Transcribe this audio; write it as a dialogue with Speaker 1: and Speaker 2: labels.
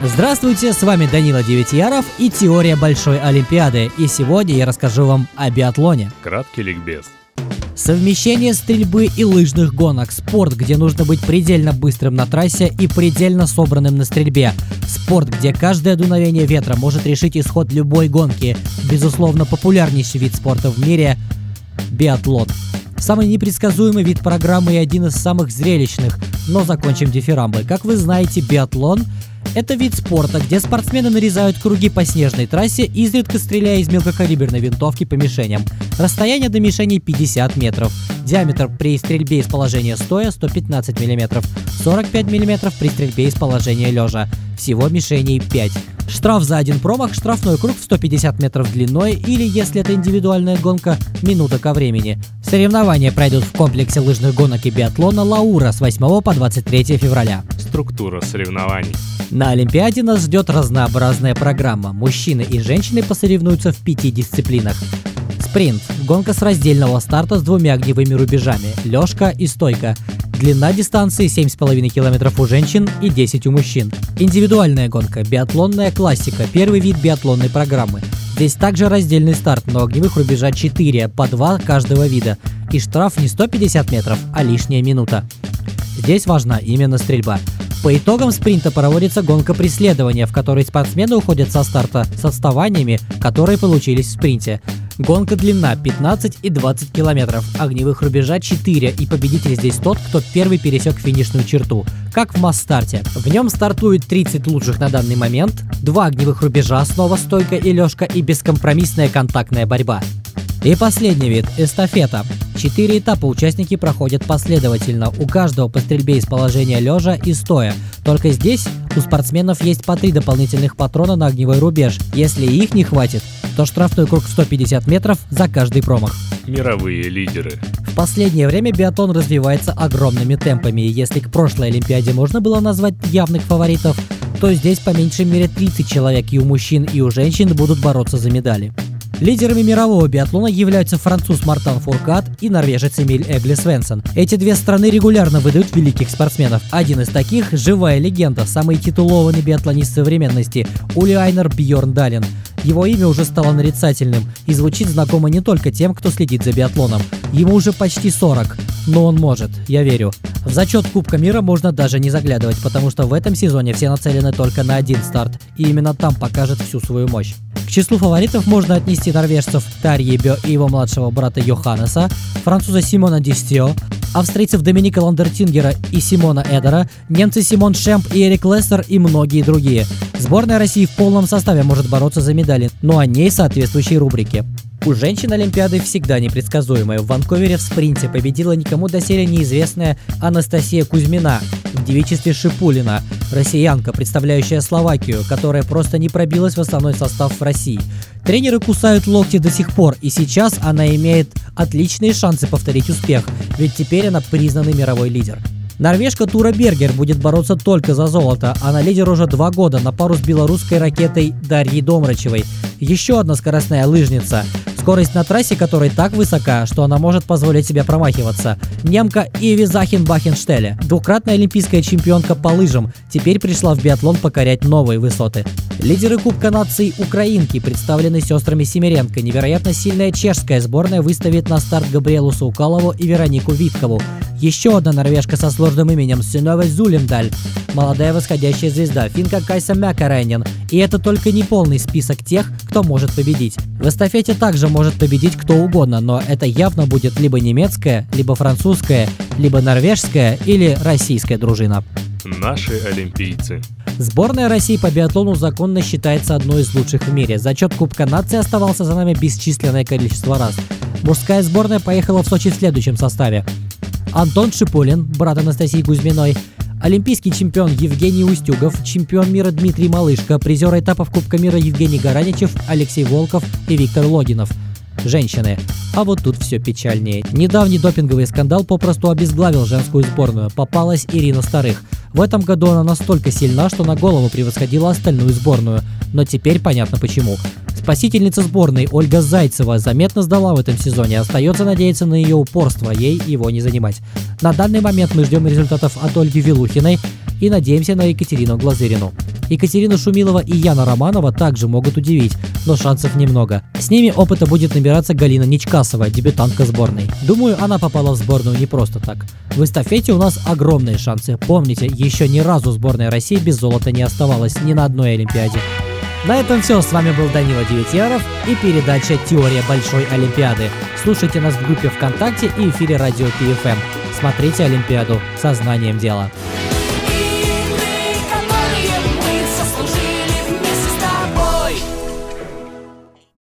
Speaker 1: Здравствуйте, с вами Данила Девятьяров и Теория Большой Олимпиады. И сегодня я расскажу вам о биатлоне.
Speaker 2: Краткий ликбез.
Speaker 1: Совмещение стрельбы и лыжных гонок. Спорт, где нужно быть предельно быстрым на трассе и предельно собранным на стрельбе. Спорт, где каждое дуновение ветра может решить исход любой гонки. Безусловно, популярнейший вид спорта в мире – биатлон. Самый непредсказуемый вид программы и один из самых зрелищных. Но закончим дифирамбой. Как вы знаете, биатлон – это вид спорта, где спортсмены нарезают круги по снежной трассе, изредка стреляя из мелкокалиберной винтовки по мишеням. Расстояние до мишеней 50 метров. Диаметр при стрельбе из положения стоя 115 мм, 45 мм при стрельбе из положения лежа. Всего мишеней 5. Штраф за один промах, штрафной круг в 150 метров длиной или, если это индивидуальная гонка, минута ко времени. Соревнования пройдут в комплексе лыжных гонок и биатлона «Лаура» с 8 по 23 февраля.
Speaker 2: Структура соревнований.
Speaker 1: На Олимпиаде нас ждет разнообразная программа. Мужчины и женщины посоревнуются в 5 дисциплинах. Спринт – гонка с раздельного старта с двумя огневыми рубежами, лёжка и стойка. Длина дистанции 7,5 км у женщин и 10 у мужчин. Индивидуальная гонка – биатлонная классика, первый вид биатлонной программы. Здесь также раздельный старт, но огневых рубежа 4, по 2 каждого вида. И штраф не 150 метров, а лишняя минута. Здесь важна именно стрельба. По итогам спринта проводится гонка преследования, в которой спортсмены уходят со старта с отставаниями, которые получились в спринте. Гонка длина 15 и 20 километров, огневых рубежа 4, и победитель здесь тот, кто первый пересек финишную черту, как в масс-старте. В нем стартует 30 лучших на данный момент, 2 огневых рубежа, снова стойка и лёжка и бескомпромиссная контактная борьба. И последний вид – эстафета. 4 этапа участники проходят последовательно, у каждого по стрельбе из положения лежа и стоя. Только здесь у спортсменов есть по 3 дополнительных патрона на огневой рубеж. Если их не хватит, то штрафной круг в 150 метров за каждый промах.
Speaker 2: Мировые лидеры.
Speaker 1: В последнее время биатлон развивается огромными темпами, и если к прошлой Олимпиаде можно было назвать явных фаворитов, то здесь по меньшей мере 30 человек и у мужчин, и у женщин будут бороться за медали. Лидерами мирового биатлона являются француз Мартан Фуркат и норвежец Эмиль Эгли Свенсон. Эти две страны регулярно выдают великих спортсменов. Один из таких – живая легенда, самый титулованный биатлонист современности – Ули Айнер Бьорн Дален. Его имя уже стало нарицательным и звучит знакомо не только тем, кто следит за биатлоном. Ему уже почти 40, но он может, я верю. В зачет Кубка мира можно даже не заглядывать, потому что в этом сезоне все нацелены только на один старт, и именно там покажет всю свою мощь. К числу фаворитов можно отнести норвежцев Тарье Бё и его младшего брата Йоханнеса, француза Симона Дистио, австрийцев Доминика Ландертингера и Симона Эдера, немцы Симон Шемп и Эрик Лессер и многие другие. Сборная России в полном составе может бороться за медали, но о ней соответствующей рубрике. У женщин Олимпиады всегда непредсказуемая. В Ванкувере в спринте победила никому доселе неизвестная Анастасия Кузьмина в девичестве Шипулина, россиянка, представляющая Словакию, которая просто не пробилась в основной состав в России. Тренеры кусают локти до сих пор, и сейчас она имеет отличные шансы повторить успех, ведь теперь она признанный мировой лидер. Норвежка Тура Бергер будет бороться только за золото. Она лидер уже 2 года на пару с белорусской ракетой Дарьей Домрачевой. Еще одна скоростная лыжница, скорость на трассе которой так высока, что она может позволить себе промахиваться. Немка Иви Захин-Бахенштеле, двукратная олимпийская чемпионка по лыжам, теперь пришла в биатлон покорять новые высоты. Лидеры Кубка наций украинки представлены сестрами Семеренко. Невероятно сильная чешская сборная выставит на старт Габриэлу Саукалову и Веронику Виткову. Еще одна норвежка со сложным именем Синёве Зулиндаль, молодая восходящая звезда финка Кайса Мякаренен. И это только не полный список тех, кто может победить. В эстафете также может победить кто угодно, но это явно будет либо немецкая, либо французская, либо норвежская или российская дружина.
Speaker 2: Наши олимпийцы.
Speaker 1: Сборная России по биатлону законно считается одной из лучших в мире. Зачет Кубка нации оставался за нами бесчисленное количество раз. Мужская сборная поехала в Сочи в следующем составе. Антон Шипулин, брат Анастасии Кузьминой, олимпийский чемпион Евгений Устюгов, чемпион мира Дмитрий Малышко, призеры этапов Кубка мира Евгений Гараничев, Алексей Волков и Виктор Логинов. Женщины. А вот тут все печальнее. Недавний допинговый скандал попросту обезглавил женскую сборную. Попалась Ирина Старых. В этом году она настолько сильна, что на голову превосходила остальную сборную. Но теперь понятно почему. Спасительница сборной Ольга Зайцева заметно сдала в этом сезоне. Остается надеяться на ее упорство, ей его не занимать. На данный момент мы ждем результатов от Ольги Вилухиной и надеемся на Екатерину Глазырину. Екатерина Шумилова и Яна Романова также могут удивить, но шансов немного. С ними опыта будет набираться Галина Нечкасова, дебютантка сборной. Думаю, она попала в сборную не просто так. В эстафете у нас огромные шансы. Помните, еще ни разу сборная России без золота не оставалась ни на одной Олимпиаде. На этом все. С вами был Данила Девятьяров и передача «Теория Большой Олимпиады». Слушайте нас в группе ВКонтакте и эфире радио ПФМ. Смотрите Олимпиаду сознанием дела.